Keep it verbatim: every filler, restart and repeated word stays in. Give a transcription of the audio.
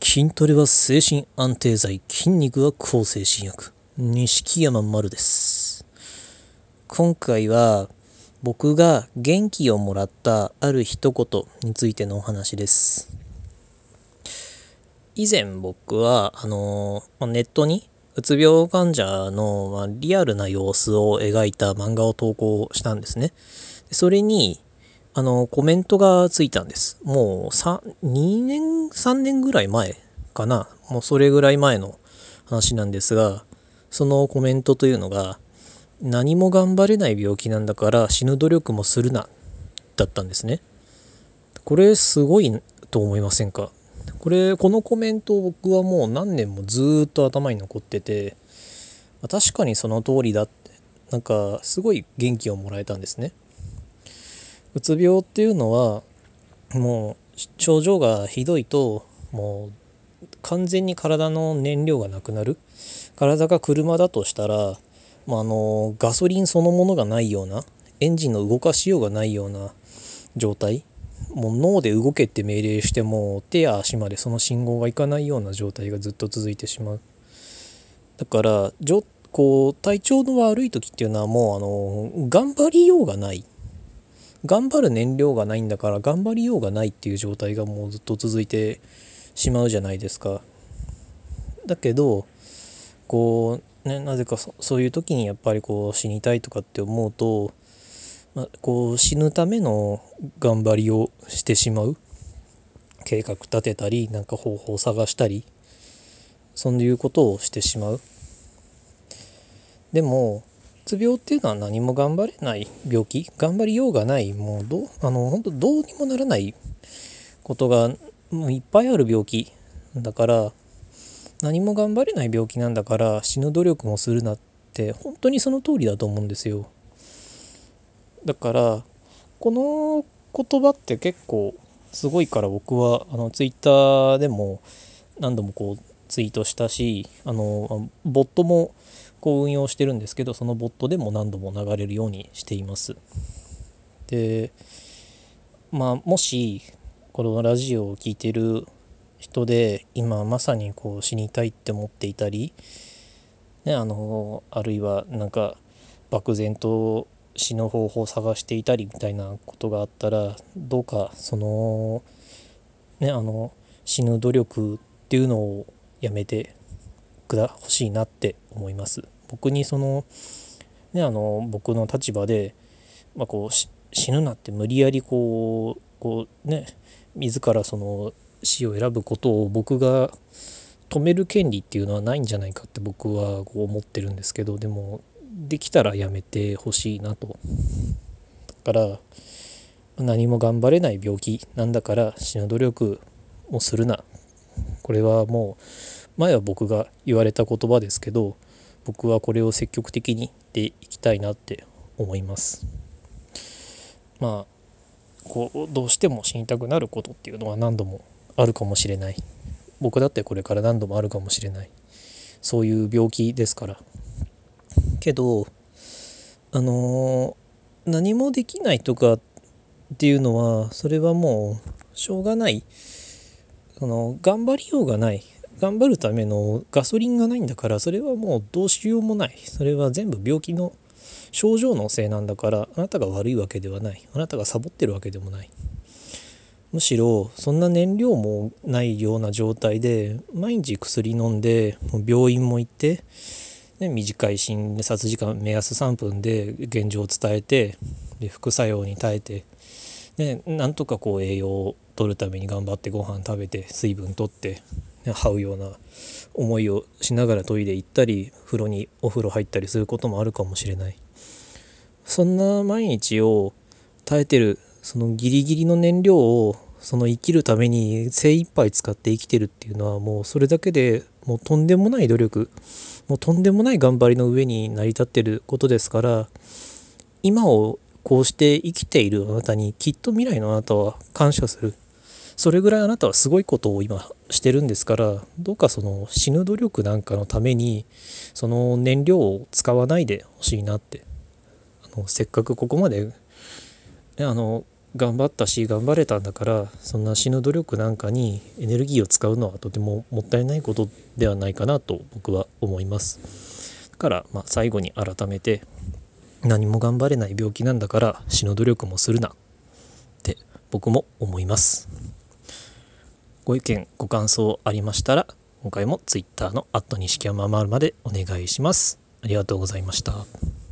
筋トレは精神安定剤、筋肉は抗精神薬。錦山丸です。今回は僕が元気をもらったある一言についてのお話です。以前僕はあのネットにうつ病患者の、まあ、リアルな様子を描いた漫画を投稿したんですね。それにあのコメントがついたんです。もうにねんさんねんぐらい前かな。もうそれぐらい前の話なんですが、そのコメントというのが、何も頑張れない病気なんだから死ぬ努力もするなだったんですね。これすごいと思いませんか？これこのコメント僕はもう何年もずっと頭に残ってて、確かにその通りだって、なんかすごい元気をもらえたんですね。うつ病っていうのはもう症状がひどいと、もう完全に体の燃料がなくなる。体が車だとしたら、まあ、あのガソリンそのものがないような、エンジンの動かしようがないような状態、もう脳で動けって命令しても手や足までその信号がいかないような状態がずっと続いてしまう。だからこう体調の悪い時っていうのはもうあの頑張りようがない、頑張る燃料がないんだから頑張りようがないっていう状態がもうずっと続いてしまうじゃないですか。だけどこう、ね、なぜか そ, そういう時にやっぱりこう死にたいとかって思うと、まあ、こう死ぬための頑張りをしてしまう。計画立てたり、なんか方法を探したり、そういうことをしてしまう。でもうつ病っていうのは何も頑張れない病気、頑張りようがない、もうどうあの本当どうにもならないことがもういっぱいある病気だから、何も頑張れない病気なんだから死ぬ努力もするなって、本当にその通りだと思うんですよ。だからこの言葉って結構すごいから、僕はあのツイッターでも何度もこうツイートしたし、あのボットもこう運用してるんですけど、そのボットでも何度も流れるようにしています。でまあもしこのラジオを聞いてる人で今まさにこう死にたいって思っていたり、ね、あのあるいはなんか漠然と死の方法を探していたりみたいなことがあったら、どうかそのねあの死ぬ努力っていうのをやめてくだほしいなって思います。僕にそのねあの僕の立場で、まあ、こう死ぬなって無理やりこうこうね自らその死を選ぶことを僕が止める権利っていうのはないんじゃないかって僕はこう思ってるんですけど、でもできたらやめてほしいなと。だから何も頑張れない病気なんだから死ぬ努力をするな。これはもう前は僕が言われた言葉ですけど、僕はこれを積極的に言っていきたいなって思います。まあこうどうしても死にたくなることっていうのは何度もあるかもしれない。僕だってこれから何度もあるかもしれない。そういう病気ですから。けどあのー、何もできないとかっていうのは、それはもうしょうがない。その頑張りようがない、頑張るためのガソリンがないんだから、それはもうどうしようもない。それは全部病気の症状のせいなんだから、あなたが悪いわけではない。あなたがサボってるわけでもない。むしろそんな燃料もないような状態で毎日薬飲んで、病院も行って、ね、短い診察時間目安さんぷんで現状を伝えて、で副作用に耐えて、ね、なんとかこう栄養を取るために頑張ってご飯食べて水分取って、ね、這うような思いをしながらトイレ行ったり、風呂にお風呂入ったりすることもあるかもしれない。そんな毎日を耐えてる、そのギリギリの燃料をその生きるために精一杯使って生きてるっていうのは、もうそれだけでもうとんでもない努力、もうとんでもない頑張りの上に成り立ってることですから、今をこうして生きているあなたにきっと未来のあなたは感謝する。それぐらいあなたはすごいことを今してるんですから、どうかその死ぬ努力なんかのためにその燃料を使わないでほしいなって。あのせっかくここまで、ね、あの頑張ったし頑張れたんだから、そんな死ぬ努力なんかにエネルギーを使うのはとてももったいないことではないかなと僕は思います。だから、まあ、最後に改めて、何も頑張れない病気なんだから死ぬ努力もするなって僕も思います。ご意見ご感想ありましたら、今回も Twitter のアット西山まるまでお願いします。ありがとうございました。